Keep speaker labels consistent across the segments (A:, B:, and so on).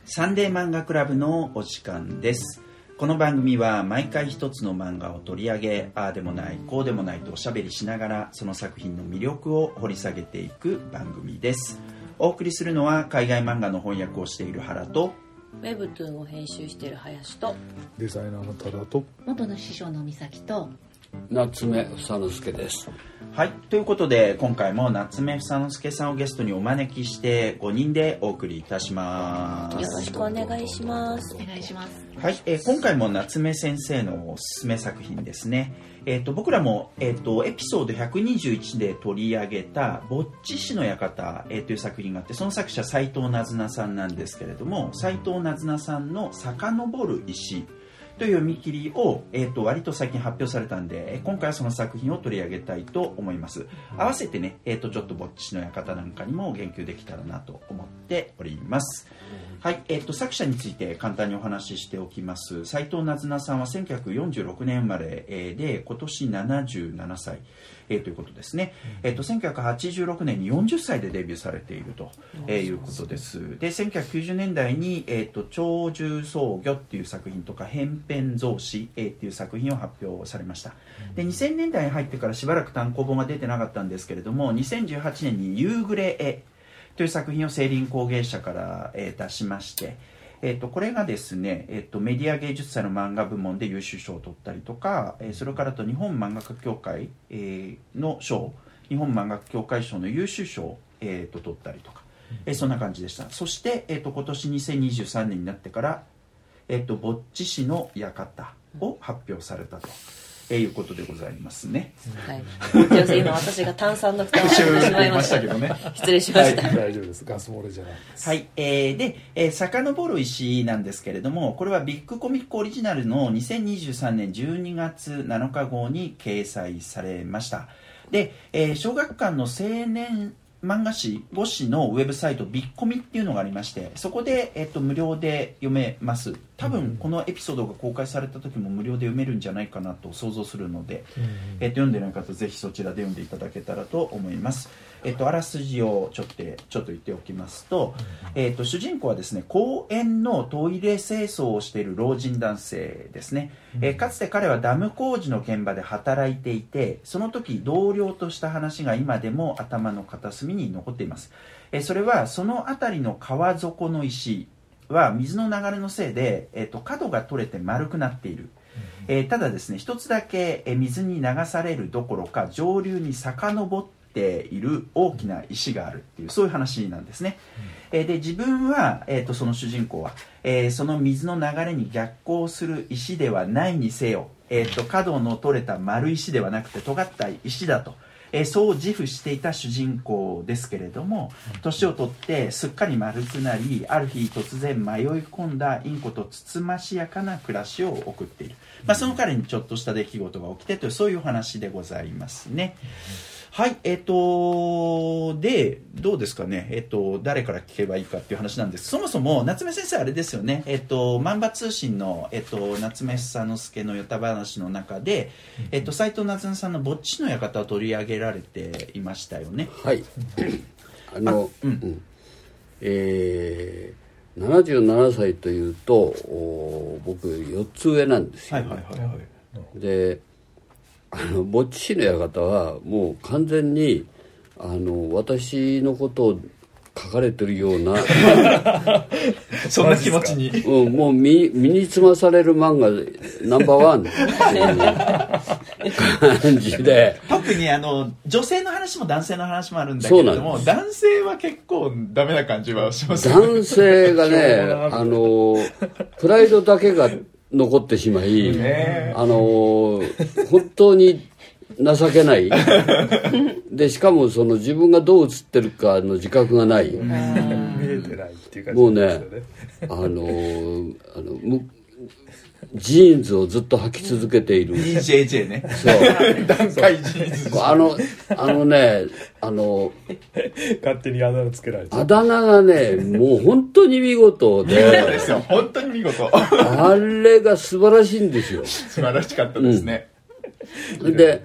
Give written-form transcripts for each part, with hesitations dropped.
A: サンデー漫画クラブのお時間です。この番組は毎回一つの漫画を取り上げ、ああでもないこうでもないとおしゃべりしながらその作品の魅力を掘り下げていく番組です。お送りするのは海外漫画の翻訳をしている原と、
B: ウェブトゥーンを編集している林と、
C: デザイナーの多田と、
D: 元の師匠の美咲と、
E: 夏目房之助です。
A: はい、ということで今回も夏目房之助さんをゲストにお招きして5人でお送りいたします。
B: よろしくお願いします。
D: お願いします。
A: はい、今回も夏目先生のおすすめ作品ですね。僕らも、エピソード121で取り上げたぼっち氏の館、という作品があって、その作者斉藤なずなさんなんですけれども、斉藤なずなさんの遡る石という読み切りを、割と最近発表されたんで、今回はその作品を取り上げたいと思います。合わせてね、ちょっとぼっちの館なんかにも言及できたらなと思っております。はい、作者について簡単にお話ししておきます。斉藤なずなさんは1946年生まれ、で今年77歳、ということですね。1986年に40歳でデビューされていると、いうことです。で、1990年代に、鳥獣草魚っていう作品とか扁編増詞、っていう作品を発表されました。で、2000年代に入ってからしばらく単行本が出てなかったんですけれども、2018年に夕暮れへという作品を青林工芸社から、出しまして、これがですね、メディア芸術祭の漫画部門で優秀賞を取ったりとか、それからと日本漫画家協会、の賞、日本漫画家協会賞の優秀賞を、取ったりとか、そんな感じでした。そして、今年2023年になってから、ぼっち氏の館を発表されたと。いうことでございますね。
B: はい。今私が炭酸の蓋を開けてしまいましたけどね。失礼しました。
C: はい、大丈夫です。ガス漏れじゃないです。
A: はい。で、遡る石なんですけれども、これはビッグコミックオリジナルの2023年12月7日号に掲載されました。で、小学館の青年漫画誌5誌のウェブサイトビッコミっていうのがありまして、そこで、無料で読めます。多分このエピソードが公開された時も無料で読めるんじゃないかなと想像するので、読んでない方ぜひそちらで読んでいただけたらと思います。あらすじをちょっと言っておきますと、主人公はですね、公園のトイレ清掃をしている老人男性ですね。かつて彼はダム工事の現場で働いていて、その時同僚とした話が今でも頭の片隅に残っています。それはその辺りの川底の石は水の流れのせいで、角が取れて丸くなっている。ただですね、一つだけ、水に流されるどころか上流に遡っている大きな石があるっていう、そういう話なんですね。で、自分は、その主人公は、その水の流れに逆行する石ではないにせよ、角の取れた丸石ではなくて尖った石だと。そう自負していた主人公ですけれども、年を取ってすっかり丸くなり、ある日突然迷い込んだインコとつつましやかな暮らしを送っている。その彼にちょっとした出来事が起きてという、そういうお話でございますね。はい、で、どうですかね、誰から聞けばいいかっていう話なんです。そもそも夏目先生あれですよね、万場通信の、夏目房之助のヨタ話の中で、斉藤なずなさんのぼっちの館を取り上げられていましたよね。
E: はい。77歳というと僕4つ上なんですよ、ね。で、ぼっち氏の館はもう完全に私のことを書かれてるような
A: そんな気持ちに、
E: もう身につまされる漫画ナンバーワンっていう感じで、
A: 特に女性の話も男性の話もあるんだけれども、男性は結構ダメな感じはしますね。
E: 男性がねプライドだけが残ってしまい、本当に情けないで、しかもその自分がどう映ってるかの自覚がない、
C: 見れてないっていう感じ
E: もうね、ジーンズをずっと履き続けている
A: DJJ ね。
E: そう
A: 段階ジーンズ。
C: 勝手にあだ名つけられて、
E: あだ名がね、もう本当に見事で
A: そうですよ、本当に見事。
E: あれが素晴らしいんですよ。
A: 素晴らしかったですね。
E: で、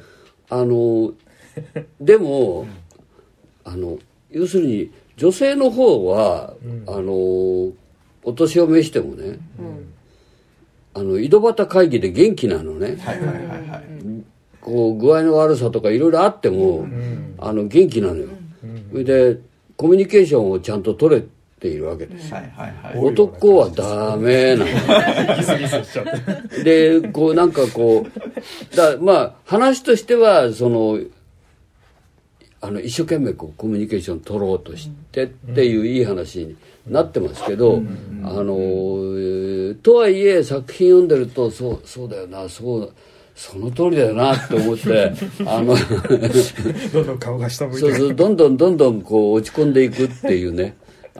E: でも、要するに女性の方は、 お年を召してもね、井戸端会議で元気なのね、こう具合の悪さとかいろいろあっても、元気なのよ、それでコミュニケーションをちゃんと取れているわけです、男はダメなの
C: ギスギスしちゃって
E: でこうなんかこうまあ話としてはその一生懸命こうコミュニケーション取ろうとしてっていういい話になってますけど、とはいえ作品読んでるとそうだよな、その通りだよなって思って
C: どんどん顔が下向いて
E: そうどんどんこう落ち込んでいくっていうね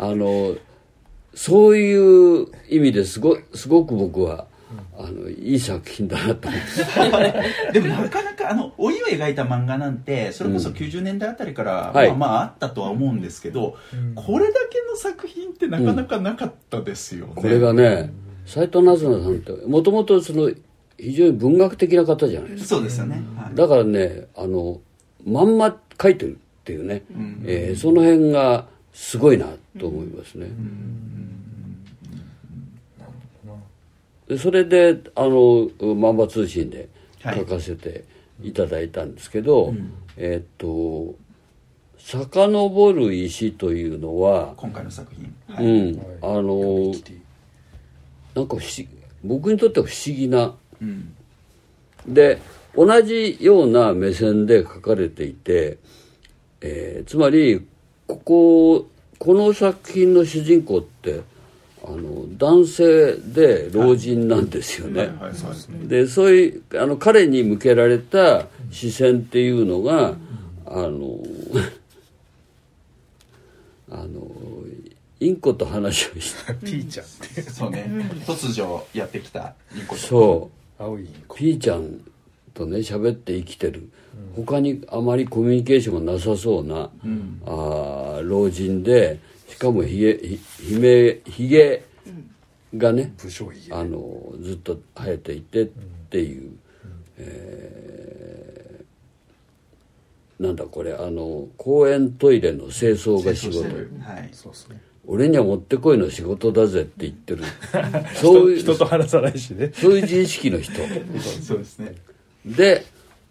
E: そういう意味ですごく僕はいい作品だなと思って
A: でもなかなか老いを描いた漫画なんてそれこそ90年代あたりから、あったとは思うんですけど、これだけの作品ってなかなかなかったですよね、
E: これがね斉藤なずなさんってもともと非常に文学的な方じゃないですか。
A: そうですよね、
E: だからねまんま書いてるっていうね、その辺がすごいなと思いますね、でそれで万場通信で書かせていただいたんですけど、遡る石というのは
A: 今回の作品、
E: なんか僕にとっては不思議な、で同じような目線で書かれていて、つまりこの作品の主人公って男性で老人なんですよね。でそういう彼に向けられた視線っていうのがインコと話をした
C: ピーちゃんって
A: そうね、突如やってきたインコと
E: そう
C: 青いインコ
E: ピーちゃんとね喋って生きてる、他にあまりコミュニケーションがなさそうな、老人でしかもひげがね
C: 武将ひげ
E: ずっと生えていてっていう、なんだこれ公園トイレの清掃が仕事、
C: そうですね、
E: 俺にはもってこいの仕事だぜって言ってるそういう
C: 人と話さないしね、
E: そういう自意識の人
A: そうですね。
E: で、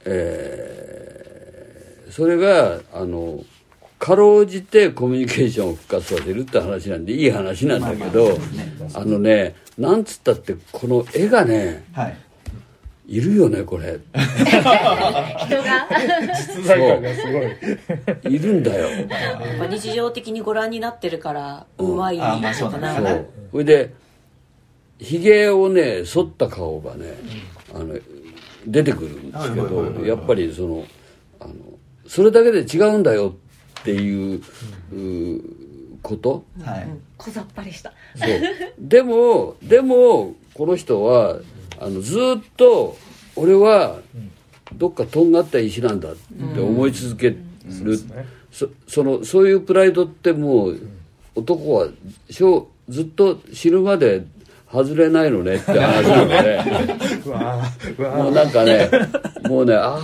E: それがかろうじてコミュニケーションを復活させるって話なんでいい話なんだけど、なんつったってこの絵がね、いるよねこれ
D: 人が
C: 実在感がすごい
E: いるんだよ
B: やっぱ日常的にご覧になってるからうまいのかな、
A: そう
E: それでひげをね剃った顔がね出てくるんですけど、やっぱりそれだけで違うんだよっていうこと、
D: 小ざっぱりした
E: そうでもこの人はずっと俺はどっかとんがった石なんだって思い続ける、そういうプライドってもう男はずっと死ぬまで外れないのねって話なのでもうなんかねもうねあ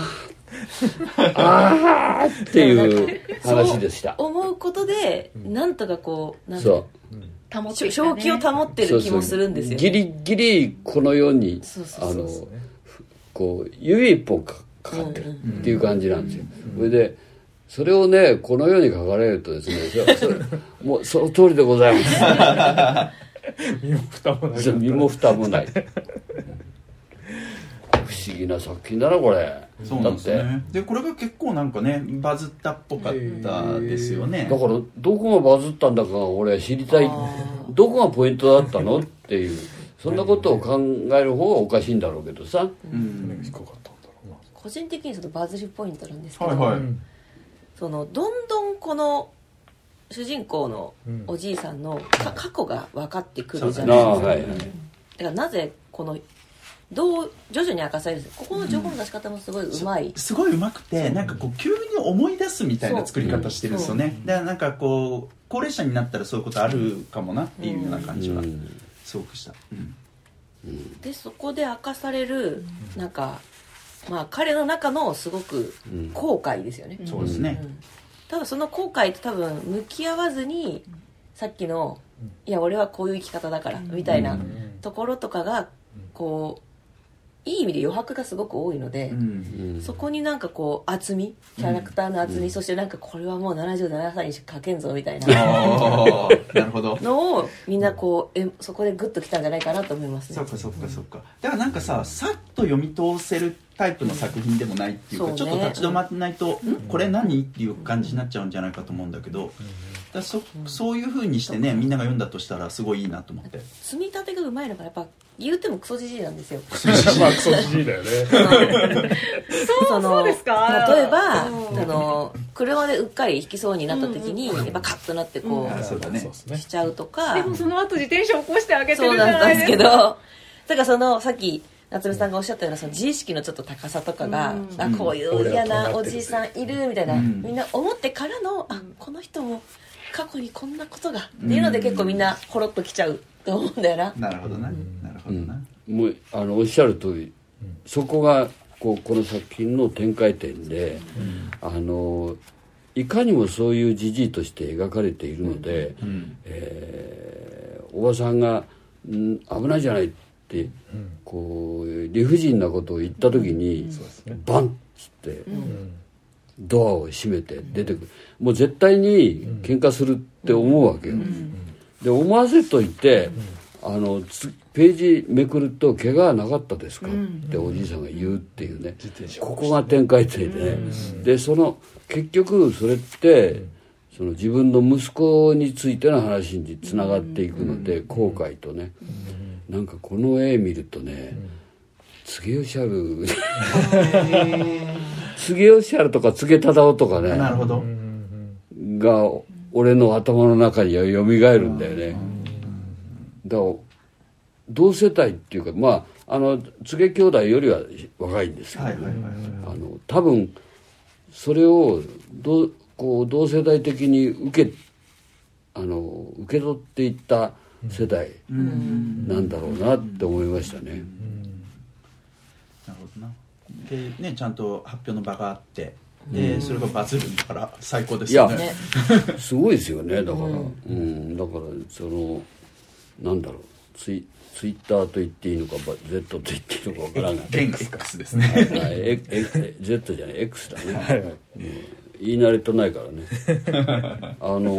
E: っていう話でした。
B: 思うことでなんとかこうなんか
D: 保って
B: 正気を保ってる気もするんですよ、
E: ギリギリこの世にこう指一本かかってるっていう感じなんですよ。それでそれをねこの世に書かれるとですねもうその通りでございます
C: 身も蓋もない
E: 身も蓋もない不思議な作品だなこれ。
A: そうなんですね。でこれが結構なんかねバズったっぽかったですよね。
E: だからどこがバズったんだか俺は知りたい、どこがポイントだったのっていうそんなことを考える方がおかしいんだろうけどさ、
C: 低かったんだろうな。
B: 個人的にそのバズりポイントなんですけど、どんどんこの主人公のおじいさんの過去が分かってくるじゃないですか、だからなぜこの徐々に明かされるんです。ここの情報の出し方もすごいうまい、
A: すごいうまくてなんかこう急に思い出すみたいな作り方してるんですよね。だからなんかこう高齢者になったらそういうことあるかもなっていうような感じはすごくした、
B: でそこで明かされるなんかまあ彼の中のすごく後悔ですよね、
A: そうですね、
B: ただその後悔と多分向き合わずにさっきのいや俺はこういう生き方だからみたいなところとかがこういい意味で余白がすごく多いので、そこになんかこう厚み、キャラクターの厚み、そしてなんかこれはもう77歳にしか書けんぞみたいな
A: なるほど
B: のをみんなこうそこでグッときたんじゃないかなと思いますね。
A: そっかそっかそっか。だからなんかさっと読み通せるタイプの作品でもないっていうか、ちょっと立ち止まってないと、これ何っていう感じになっちゃうんじゃないかと思うんだけど、だそういう風にしてね、みんなが読んだとしたらすごいいいなと思って。
B: 積み立てがうまいのがやっぱ言うてもクソじじいなんですよ。
C: まあクソじじいだよね。
D: そうですか。
B: 例えば車でうっかり引きそうになった時にやっぱカッとなってこうしちゃうとか。
D: でもその後自転車を起こしてあげて
B: そう
D: るじゃ
B: なんです
D: ないですか。
B: けど、だからさっき夏目さんがおっしゃったようなその自意識のちょっと高さとかが、こういう嫌なおじいさんいるみたいな、みんな思ってからのこの人も過去にこんなことがっていうので結構みんなほろっときちゃうと思うんだよな。
A: なるほどな、なるほどな。
E: もうおっしゃる通り、そこがこの作品の展開点で、いかにもそういうじじいとして描かれているので、おばさんが危ないじゃないってこう理不尽なことを言った時に、バンッつってドアを閉めて出てくる。もう絶対に喧嘩するって思うわけよ。で思わせといて、ページめくると怪我はなかったですかっておじいさんが言うっていうね、ここが展開点で、で結局それってその自分の息子についての話につながっていくので、後悔とね、なんかこの絵見るとね、柘植義治柘植義治とか柘植忠夫とかね、
A: なるほど
E: が俺の頭の中にはよみがえるんだよね。だから同世代っていうか、まあ柘植兄弟よりは若いんですけど、多分それを同世代的に受け取っていった世代なんだろうなって思いましたね。
A: なるほどな。でね、ちゃんと発表の場があって、でそれがバズるんだから最高ですよね。い
E: やすごいですよね。だから、だからなんだろう、ツイッターと言っていいのか Z と言っていいのかわからない。
A: 現 X ですね。
E: Z じゃない X だね。言い慣れとないからね。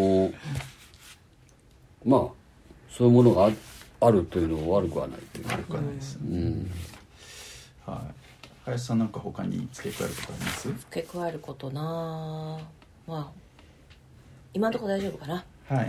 E: まあそういうものがあるというのは悪くはないという。
A: 悪くはないです。はい。林さんなんか他に付け加えることあります？
B: 付け加えることな、まあ今のところ大丈夫かな。
A: はい。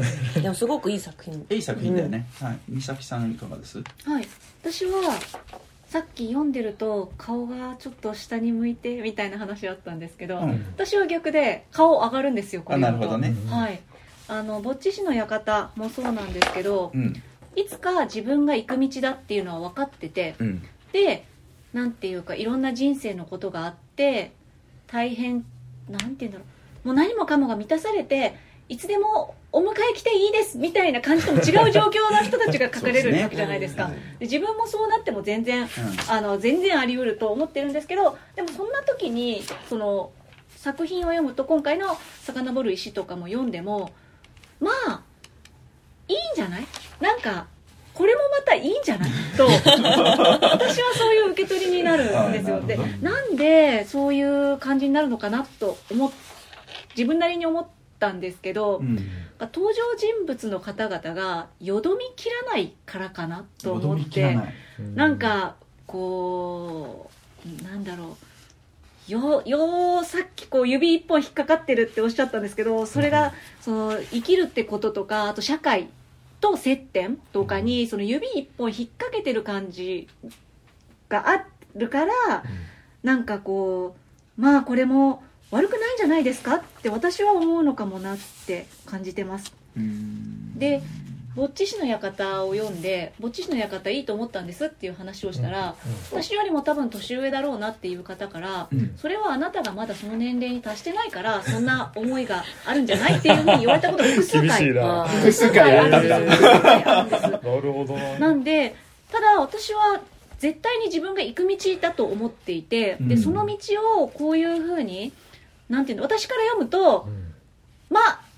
B: でもすごくいい作品。
A: いい作品だよね。はい。美咲さんいかがです？
D: はい。私はさっき読んでると顔がちょっと下に向いてみたいな話あったんですけど、私は逆で顔上がるんですよ。これ
A: なるほどね。
D: はい。ぼっち氏の館もそうなんですけど、いつか自分が行く道だっていうのは分かってて、でなんていうかいろんな人生のことがあって大変なんていうんだろう、もう何もかもが満たされていつでもお迎え来ていいですみたいな感じとも違う状況の人たちが書かれるわけじゃないですか。で自分もそうなっても全然全然あり得ると思ってるんですけど、でもそんな時にその作品を読むと、今回の遡る石とかも読んでもまあいいんじゃない、なんかこれもまたいいんじゃないと私はそういう受け取りになるんですよ。でなんでそういう感じになるのかなと自分なりに思ったんですけど、登場人物の方々がよどみ切らないからかなと思って、なんかこうなんだろう、さっきこう指一本引っかかってるっておっしゃったんですけど、それがその生きるってこととか、あと社会と接点とかにその指一本引っ掛けてる感じがあるから、なんかこうまあこれも悪くないんじゃないですかって私は思うのかもなって感じてます。でぼっち氏の館を読んで、ぼっち氏の館いいと思ったんですっていう話をしたら、私よりも多分年上だろうなっていう方から、それはあなたがまだその年齢に達してないからそんな思いがあるんじゃないっていうふうに言われたことが複数回あるんです。なるほど。なんでただ私は絶対に自分が行く道だと思っていて、でその道をこういうふうになんていうの、私から読むと、まあい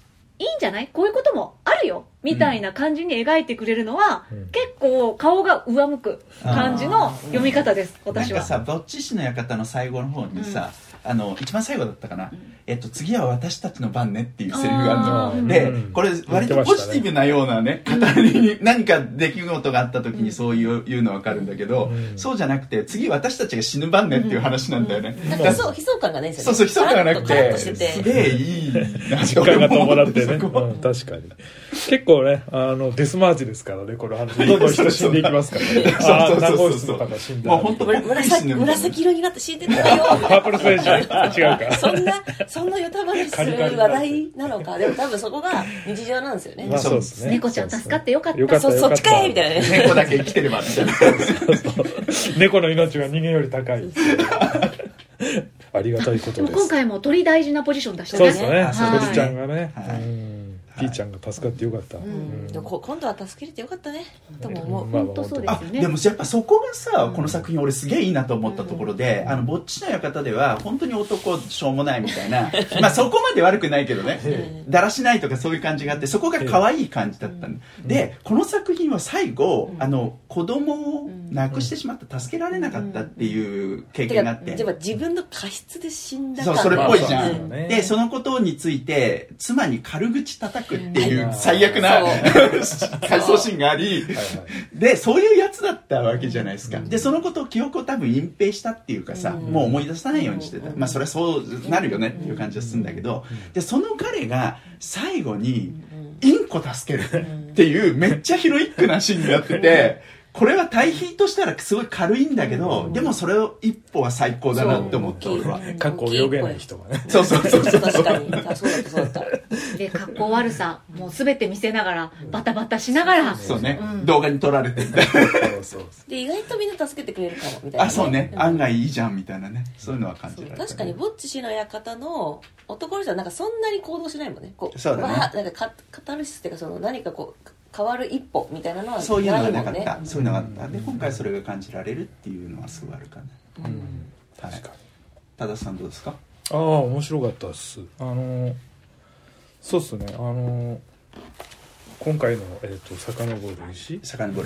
D: いいんじゃない、こういうこともあるよみたいな感じに描いてくれるのは、結構顔が上向く感じの読み方です、私は。
A: なんかさ、ぼっち氏の館の最後の方にさ、一番最後だったかな、次は私たちの番ねっていうセリフがあるので、これ割とポジティブなようなね、語りに何か出来事があった時にそういうの分かるんだけど、そうじゃなくて次私たちが死ぬ番ねっていう話なんだよね。
B: なんか悲壮感がね、
A: そう悲壮感がなくてすげえいい
C: 実感が伴ってね、確かに結構ね、デスマーチですからね、この話どんどん人死んでいきますからね。ナゴ室とかが死んだ、
A: もう本当
B: 紫色になって死んでたよ。
C: パープルスエージ違うか。
B: そんなヨタ話する話題なのか。でも多分そこが日常なんですよね。
C: まあそうですね。
D: 猫ちゃん助かってよかった。
B: そっちかいみたいなね。
A: 猫だけ生きてればみたいな。
C: 猫の命は人間より高い。ありがたいことです。
D: 今回も鳥大事なポジション出した
C: ね。そうですね。鳥ちゃんがね。ピーちゃんが助かってよかった。
B: 今度は助けれてよかったね。とも思う。
D: 本当そうですよね。
A: でもやっぱそこがさ、この作品俺すげえいいなと思ったところで、ぼっちの館では本当に男しょうもないみたいな、まあそこまで悪くないけどね、だらしないとかそういう感じがあって、そこが可愛い感じだったんで、この作品は最後子供を亡くしてしまった、助けられなかったっていう経験があって、
B: 自分の過失で死んだ
A: そう、それっぽいじゃん。でそのことについて妻に軽口叩くっていう最悪な回想シーンがあり、でそういうやつだったわけじゃないですか。でそのことを記憶を多分隠蔽したっていうかさ、もう思い出さないようにしてた。まあそれはそうなるよねっていう感じがするんだけど、でその彼が最後にインコ助けるっていうめっちゃヒロイックなシーンになってて、これは対比としたらすごい軽いんだけど、でもそれを一歩は最高だなって思った俺は。
C: かっこ泳げない人がね。
A: そう
B: 確かに。そうだった。
D: で、かっこ悪さ、もうすべて見せながら、バタバタしながら。
A: そうね。動画に撮られてみたいな。
B: で、意外とみんな助けてくれるかも、みたいな。
A: あ、そうね。案外いいじゃん、みたいなね。そういうのは感じられた。
B: 確かに、ぼっち氏の館の男の人はなんかそんなに行動しないもんね。
A: そうだね。
B: なんかカタルシスっていうか、何かこう、変わる一歩みたいなのは
A: そういうのがなかった。そういうのがあった。で今回それが感じられるっていうのはすごいあるかな。
C: 確かに。
A: 多田さんどうですか？
C: 面白かったです。そうっすね。今回の遡る石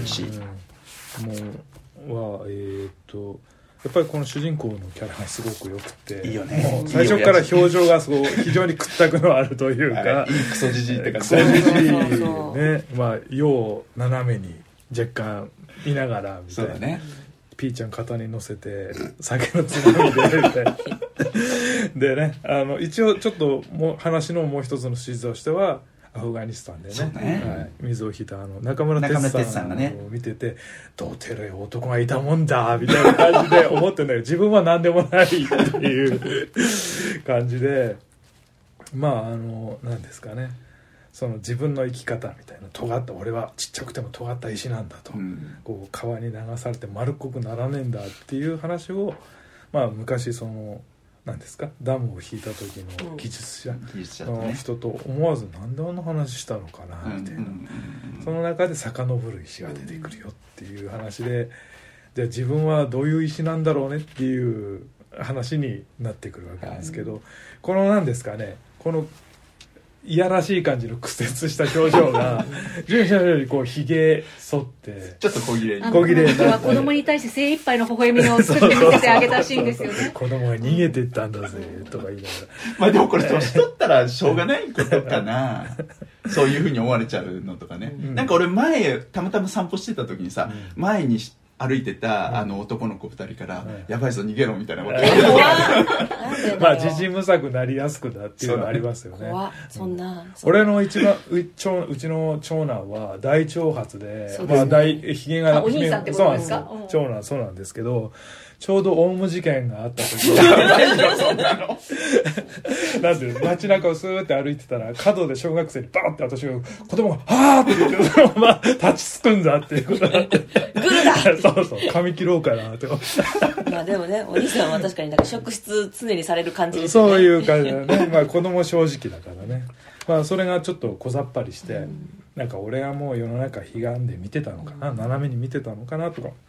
C: もはやっぱりこの主人公のキャラがすごく良くて、
A: いいよね。
C: 最初から表情が非常に屈託のあるというか、
A: いいクソじじいって感じ。
C: クソじじいね、まあ世を斜めに若干見ながらみたいな。そうだね。ピーちゃん肩に乗せて酒のつまみでみたいな。でね、一応ちょっと話のもう一つのシーズンとしては。アフガニスタンで ね、水を引いた中村哲さんを見てて、どうてる男がいたもんだみたいな感じで思ってんだけど、自分は何でもないっていう感じで、まあ何ですかね、その自分の生き方みたいな、尖った、俺はちっちゃくても尖った石なんだと、こう川に流されて丸っこくならねえんだっていう話を、まあ昔そのなんですか、ダムを引いた時の技術者の人と思わずなんであんな話したのかなみたいな、その中で遡る石が出てくるよっていう話で、じゃあ自分はどういう石なんだろうねっていう話になってくるわけなんですけど、このなんですかね、このいやらしい感じの屈折した表情が従者よりこうひげ剃って
A: ちょっと小切れ
D: になって、子供に対して精一杯の微笑みを作って見せてあげたシーンですよね。
C: 子供が逃げていったんだぜとか言いながら、
A: まあでもこれ年取ったらしょうがないことかなそういうふうに思われちゃうのとかね、なんか俺前たまたま散歩してた時にさ、前に歩いてた男の子2人から「やばいぞ逃げろ」みたいなこと言って
C: た。まあ自信無策なりやすくだっていうのありますよね。
B: そんな
C: 俺のうちの長男は大長髪で、まあひげが
D: お兄さんってことですか？
C: 長男そうなんですけど、ちょうどオウム事件があった時なんで街中をスーって歩いてたら、角で小学生にバーって私が子供が「はーって言って、そのまま立ちすくんだっていうことになって、
B: グルだ
C: そう髪切ろうかなって思って。
B: まあでもね、お兄さんは確かになんか職質常にされる感じです
C: よね。そういう感じだね。まあ子供正直だからね。まあそれがちょっと小ざっぱりして、なんか俺はもう世の中悲願で見てたのかな、斜めに見てたのかなとか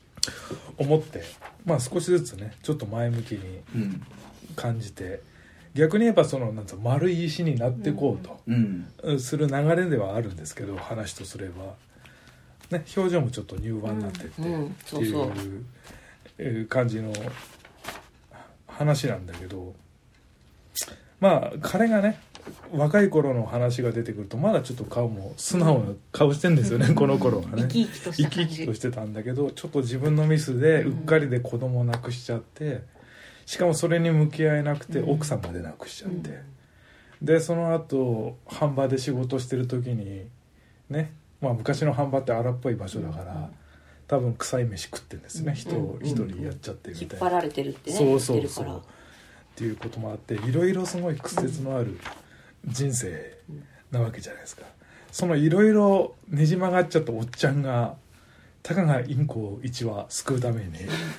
C: 思って、まあ少しずつねちょっと前向きに感じて逆に言えばそのなんつう丸い石になっていこうとする流れではあるんですけど、話とすれば、ね、表情もちょっと乳板になってってっていう感じの話なんだけど、まあ彼がね若い頃の話が出てくるとまだちょっと顔も素直な顔してんですよね、この頃はね。
D: 生き生き
C: としてたんだけど、ちょっと自分のミスでうっかりで子供を亡くしちゃって、しかもそれに向き合えなくて奥さんまで亡くしちゃって、でその後飯場で仕事してる時にね、まあ昔の飯場って荒っぽい場所だから、多分臭い飯食ってんですね、人を一人やっちゃってるみたいな、
B: 引っ張られてるってね、
C: そうっていうこともあって、いろいろすごい屈折のある人生なわけじゃないですか。そのいろいろねじ曲がっちゃったおっちゃんがたかがインコ1羽救うために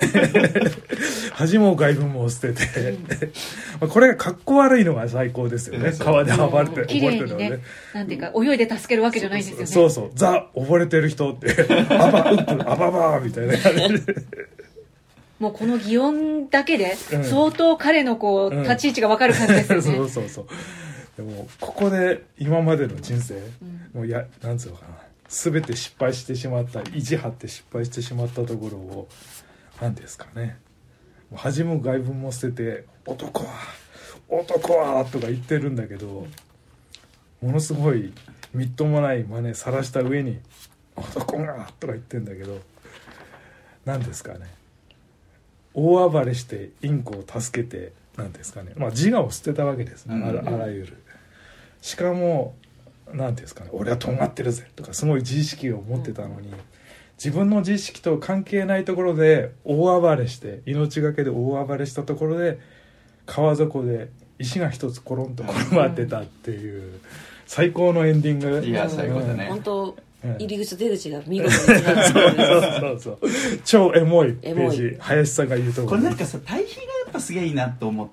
C: 恥も外聞も捨ててこれがかっこ悪いのが最高ですよね。川で暴れて
D: 綺麗にね、なんていうか泳いで助けるわけじゃないんですよね。
C: そうそう、ザ溺れてる人ってアバウップアババーみたいな感じで
D: もうこの擬音だけで相当彼のこう立ち位置が分かる感じですよね。
C: そうでもここで今までの人生、もうなんつうのかな、全て失敗してしまった、意地張って失敗してしまったところを何ですかね、恥も外聞も捨てて男はとか言ってるんだけど、ものすごいみっともない真似さらした上に男がとか言ってるんだけど、何ですかね、大暴れしてインコを助けて、何ですかね、まあ自我を捨てたわけですね、あらゆる。しかも何ですかね、俺はとんがってるぜとかすごい自意識を持ってたのに、自分の自意識と関係ないところで大暴れして、命がけで大暴れしたところで川底で石が一つコロンと転がってたっていう最高のエンディング。
A: いや最高だね、
B: 本当入り口と出口が見事に違う
C: そう超エモいページ、林さんが言うと
A: これなんかさ、対比がやっぱすげえいいなと思って、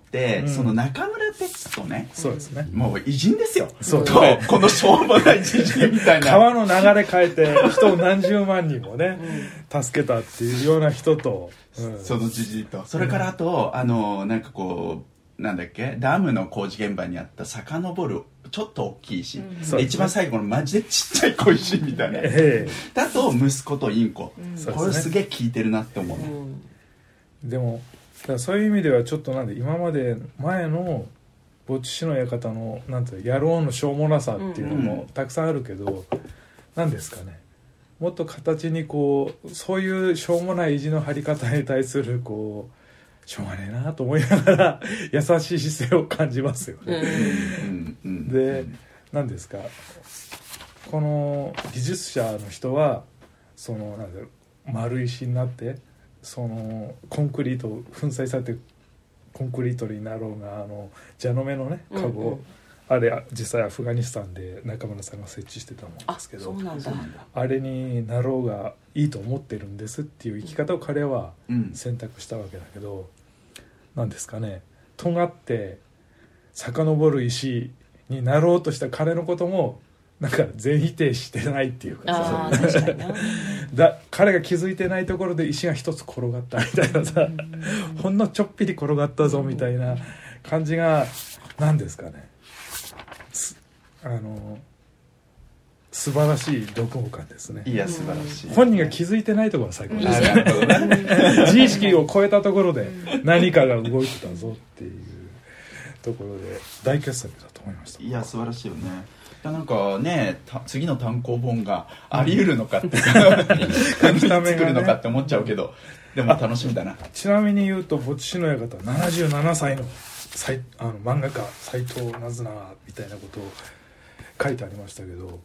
A: その中村哲とね、
C: そうですね、
A: もう偉人ですよ、
C: そう
A: とこのしょうもないじじいみたいな
C: 川の流れ変えて人を何十万人もね助けたっていうような人と、
A: そのじじいと、それからあとなんかこうなんだっけ、ダムの工事現場にあった遡るちょっと大きい石、一番最後のマジでちっちゃい小石みたいな、だと息子とインコ、これすげえ効いてるなって思うね、
C: でもだからそういう意味ではちょっとなんで今まで前のぼっち氏の館のなんていう野郎のしょうもなさっていうのもたくさんあるけど、なんですかね、もっと形にこうそういうしょうもない意地の張り方に対するこうしょうがねえなと思いながら優しい姿勢を感じますよね。で何ですか、この技術者の人はそのなんだろう、丸石になってそのコンクリート粉砕されてコンクリートになろうが蛇の目のねカゴ、あれ実際アフガニスタンで中村さんが設置してたもんですけど、
B: そうなんだ、
C: あれになろうがいいと思ってるんですっていう生き方を彼は選択したわけだけど、なんですかね、尖って遡る石になろうとした彼のこともなんか全否定してないっていうかさ、
B: 確かにな
C: 彼が気づいてないところで石が一つ転がったみたいなさ、ほんのちょっぴり転がったぞみたいな感じがなんですかね、素晴らしい読後感ですね。
A: いや素晴らしい、
C: 本人が気づいてないところが最高ですね。自意識を超えたところで何かが動いてたぞっていうところで大傑作だと思いました。
A: いや素晴らしいよね。なんかね、次の単行本があり得るのかって作るのかって思っちゃうけど、でも楽しみだな。
C: ちなみに言うとぼっち氏の館77歳の漫画家斎藤なずなみたいなことを書いてありましたけど、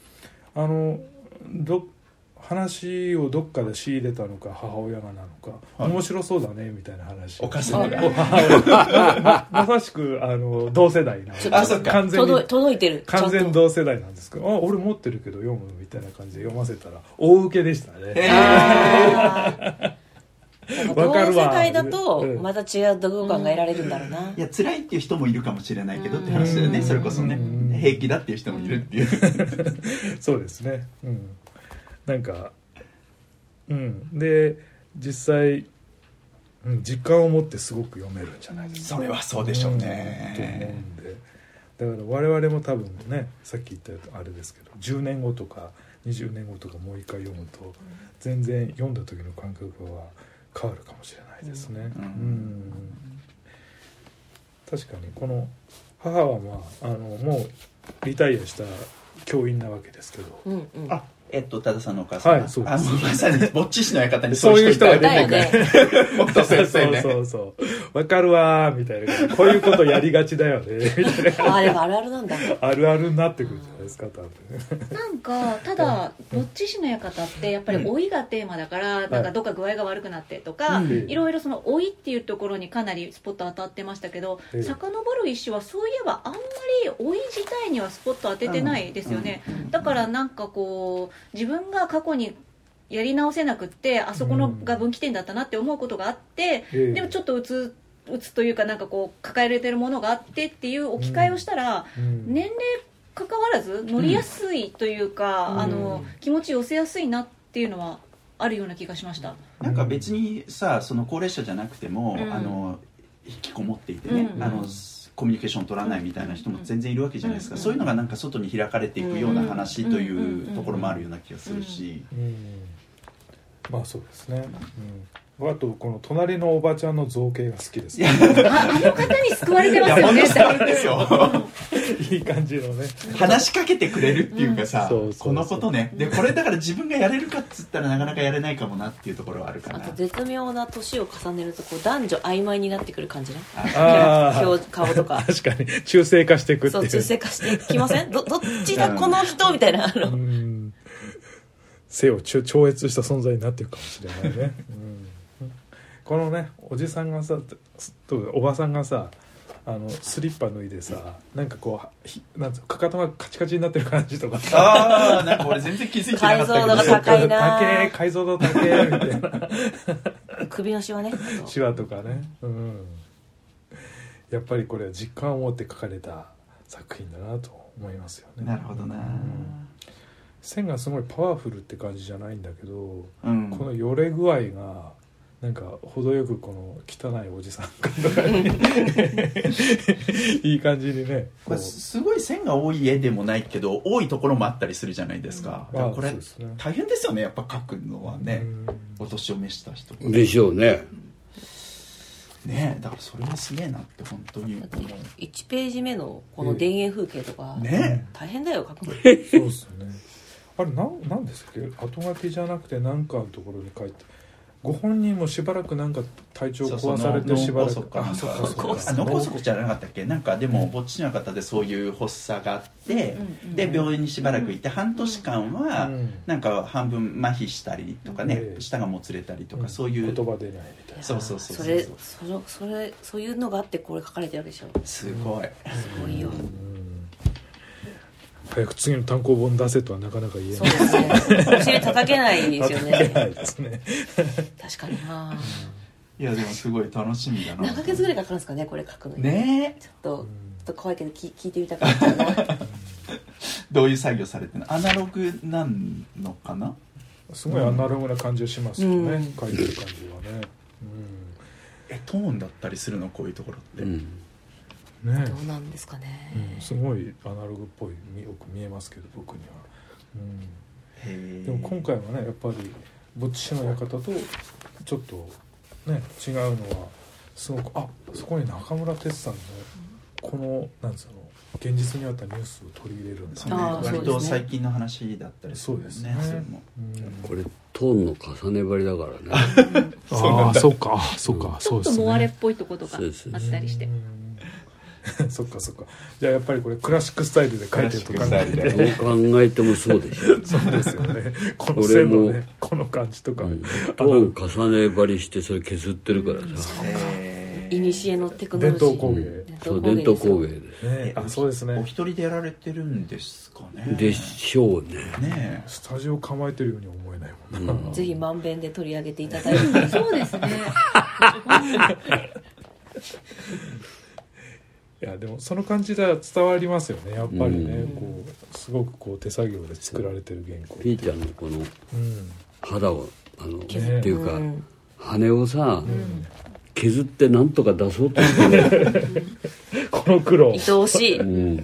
C: 話をどっかで仕入れたのか母親がなのか、面白そうだねみたいな話、
A: お母さんが
C: まさしく同世代な、
B: 完全に届いてる、
C: 完全同世代なんですけど、俺持ってるけど読むみたいな感じで読ませたら大受けでしたね。
B: 同世代だとまた違う読後感が得られるんだろうな。
A: いや辛いっていう人もいるかもしれないけどって話だよね。それこそね、平気だっていう人もいるっていう
C: そうですね、なんかで実際実感を持ってすごく読めるんじゃないですか。
A: それはそうでしょうね、
C: と思うんで、だから我々も多分ね、さっき言ったあれですけど、10年後とか20年後とかもう一回読むと全然読んだ時の感覚は変わるかもしれないですね。確かにこの母はもうリタイアした教員なわけですけど、
A: 多田さんのお母さん、
C: はい、そうです。
A: まさにぼっち師の館に
C: そういう人が出て
B: く
A: る元先生ね。
C: そうわかるわーみたいな、こういうことやりがちだよねみたいな。
B: でもあるあるなんだ。
C: あるあるになってくるじゃないですか、多分。
D: なんかただぼっち師の館ってやっぱり老いがテーマだから、なんかどっか具合が悪くなってとか、いろいろその老いっていうところにかなりスポット当たってましたけど、遡る石はそういえばあんまり老い自体にはスポット当ててないですよね。だからなんかこう自分が過去にやり直せなくってあそこのが分岐点だったなって思うことがあって、でもちょっとうつというかなんかこう抱えられてるものがあってっていう置き換えをしたら、年齢関わらず乗りやすいというか、気持ち寄せやすいなっていうのはあるような気がしました。
A: なんか別にさ、その高齢者じゃなくても、引きこもっていてね、コミュニケーション取らないみたいな人も全然いるわけじゃないですか。そういうのがなんか外に開かれていくような話というところもあるような気がするし、
C: まあそうですね。あとこの隣のおばちゃんの造形が好きです、ね。
D: あの方に救われてますよね。
C: いい感じのね。
A: 話しかけてくれるっていうかさ、このことね。でこれだから自分がやれるかっつったらなかなかやれないかもなっていうところはあるかな。
B: あと絶妙な年を重ねるとこう男女曖昧になってくる感じね。顔とか。
C: 確かに中性化していくっていう。
B: そう中性化してきません？どっちだこの人みたいな。
C: 性を超越した存在になっていくかもしれないね。このねおじさんがさおばさんがさスリッパ脱いでさ、なんかこうなんかかかとがカチカチになってる感じとか
A: さ、なんか俺全然気づいてなかったけど、
B: 解像度が高いな、
C: 解像度高いみたいな
B: 首のシワね、
C: シワとかね、やっぱりこれは実感を持って書かれた作品だなと思いますよね。
A: なるほどな。
C: 線がすごいパワフルって感じじゃないんだけど、このよれ具合がなんか程よくこの汚いおじさんとかにいい感じにね、
A: すごい線が多い絵でもないけど多いところもあったりするじゃないですか。これ大変ですよね、やっぱ描くのはね、お年を召した人
E: でしょうね。
A: ねえ、だからそれはすげえなって本当に思う。
B: 1ページ目のこの田園風景とか、大変だよ描くの。
C: そうですよね。あれなんですっけ、後書きじゃなくて何かのところに書いて、ご本人もしばらくなんか体調壊されてしばらく
A: 脳梗塞じゃなかったっけ、なんかでもぼっちの方でそういう発作があって、で病院にしばらくいて半年間はなんか半分麻痺したりとかね、舌がもつれたりとか、そういう
C: 言葉出ないみたいな、
B: そういうのがあってこれ書かれてるわけでしょ。
A: すごい
B: よ。
C: 早く次の単行本出せとはなかなか言えない。
B: そうですね。お尻叩けないですよね。
C: 叩けないですね。
B: 確かにな。
A: いやでもすごい楽しみだな。
B: 何ヶ月ぐらいかかるんですかね、これ書くのに。
A: ね。
B: ちょっと怖いけど聞いてみたかったな。
A: どういう作業されてるの？アナログなんのかな？
C: すごいアナログな感じがしますよね。書いてる感じはね。
A: トーンだったりするの、こういうところって。
B: どうなんですかね、
C: すごいアナログっぽいよく見えますけど僕には、でも今回はねやっぱりぼっち師の館とちょっとね違うのはすごくそこに中村哲さんのこのなんつうの現実にあったニュースを取り入れるんですね。
A: 割と最近の話だったりするんですね。
E: これトーンの重ね張りだからね。
C: そうか
D: ちょっとモアレっぽいとことかあったりして。
C: そっかじゃあやっぱりこれクラシックスタイルで書いてると考えて、
E: どう考えてもそうでしょ。
C: そうですよね。この線のねこの感じとか、
E: トーン重ね張りしてそれ削ってるからさ。
B: いにしえのテクノロジー、
E: 伝統工芸です。
C: そうですね。
A: お一人でやられてるんですかね。
E: でしょうね。
C: スタジオ構えてるように思えないもんな。
B: ぜひ満遍で取り上げていただいて。
D: そうですね。
C: いやでもその感じでは伝わりますよね、やっぱりね。こうすごくこう手作業で作られてる原稿。
E: ピーちゃんのこの肌をっていうか羽をさ、 削ってなんとか出そうとしてる
C: この苦労
B: 愛おしい、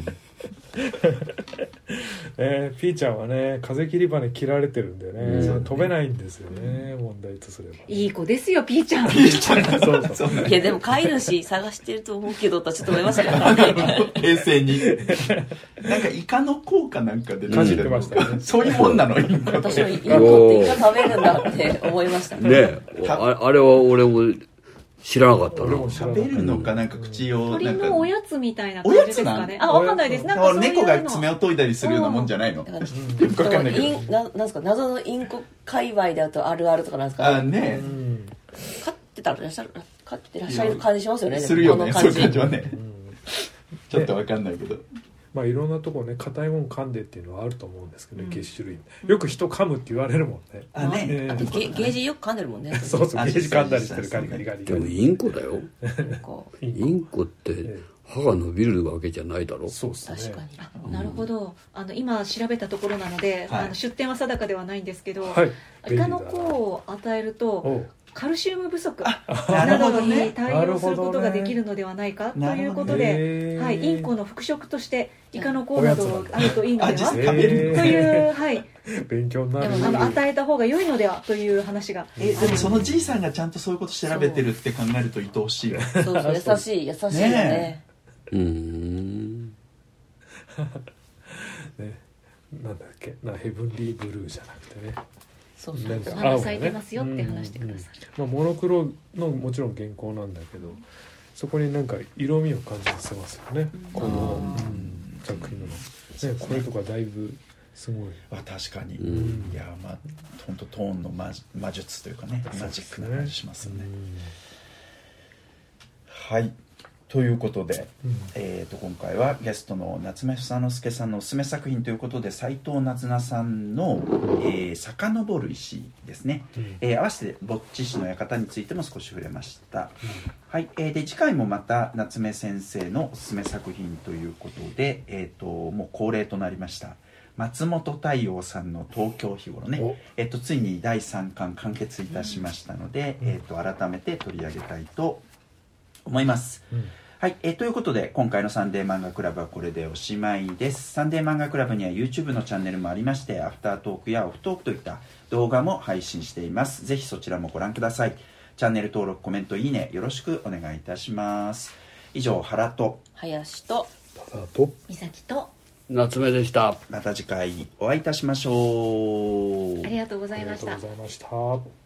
C: ピーちゃんはね風切り羽切られてるんでね、飛べないんですよね、問題とすれば。
D: いい子ですよピーちゃん
C: そう
B: いやでも飼い主探してると思うけどとはちょっと思いましたからね
A: 冷静になんかイカの効果なんかで
C: かじってましたね
A: そういうもんなのインコ
B: 私もインコってイカ食べるんだって思いました
E: ね。あれは俺も知らなかったな。
A: 食べるのかなんか口を
D: 鳥のおやつみたいな感じですかね。
A: あ、
D: わかんないです。なんかそういうの
A: 猫が爪を研いだりするようなもんじゃないの。よくわかんないけど。
B: なんですか謎のインコ界隈だとあるあるとかなんですか。
A: あね。
B: 飼ってらっしゃる感じしますよね。
A: するよね。そういう感じはね。ちょっとわかんないけど。
C: まあいろんなとこね硬いもん噛んでっていうのはあると思うんですけどね、月種類よく人噛むって言われるもんね。
B: あね、ゲージよく噛んでるもんね。
C: そうそう、ゲージ噛んだりしてるガリガリガリ。
E: でもインコだよ。インコって歯が伸びるわけじゃないだろ。
C: そうですね。
B: 確かに。
D: なるほど。今調べたところなので、出典は定かではないんですけど、
C: イ
D: カの甲を与えるとカルシウム不足などに対応することができるのではないかということで、インコの副食としてイカの甲などあるといいのではという
C: 勉強になる。
D: 与えた方が良いのではという話が。
A: でもそのじいさんがちゃんとそういうこと調べてるって考えると愛おしい。
B: そうそう優しいよね。
C: なんだっけヘブンリーブルーじゃなくてね。
D: そう花咲いてますよって話してください。
C: モノクロのもちろん原稿なんだけど、そこになんか色味を感じさせますよね。この作品のね、これとかだいぶすごい。
A: 確かに。いやまあ本当トーンの魔術というかね、マジックな感じしますよね。はい。ということで、今回はゲストの夏目房之助さんのおすすめ作品ということで斉藤なずなさんの「遡る石」ですね、合わせてぼっち師の館についても少し触れました、はい。で次回もまた夏目先生のおすすめ作品ということで、もう恒例となりました松本太陽さんの東京日頃ね、ついに第3巻完結いたしましたので、改めて取り上げたいと思います、はい、ということで今回のサンデー漫画クラブはこれでおしまいです。サンデー漫画クラブには YouTube のチャンネルもありまして、アフタートークやオフトークといった動画も配信しています。ぜひそちらもご覧ください。チャンネル登録、コメント、いいねよろしくお願いいたします。以上、原と
B: 林と
C: 多田と
D: 美咲と
E: 夏目でした。
A: また次回お会いいたしましょう。
D: ありがとうございました。
C: ありがとうございました。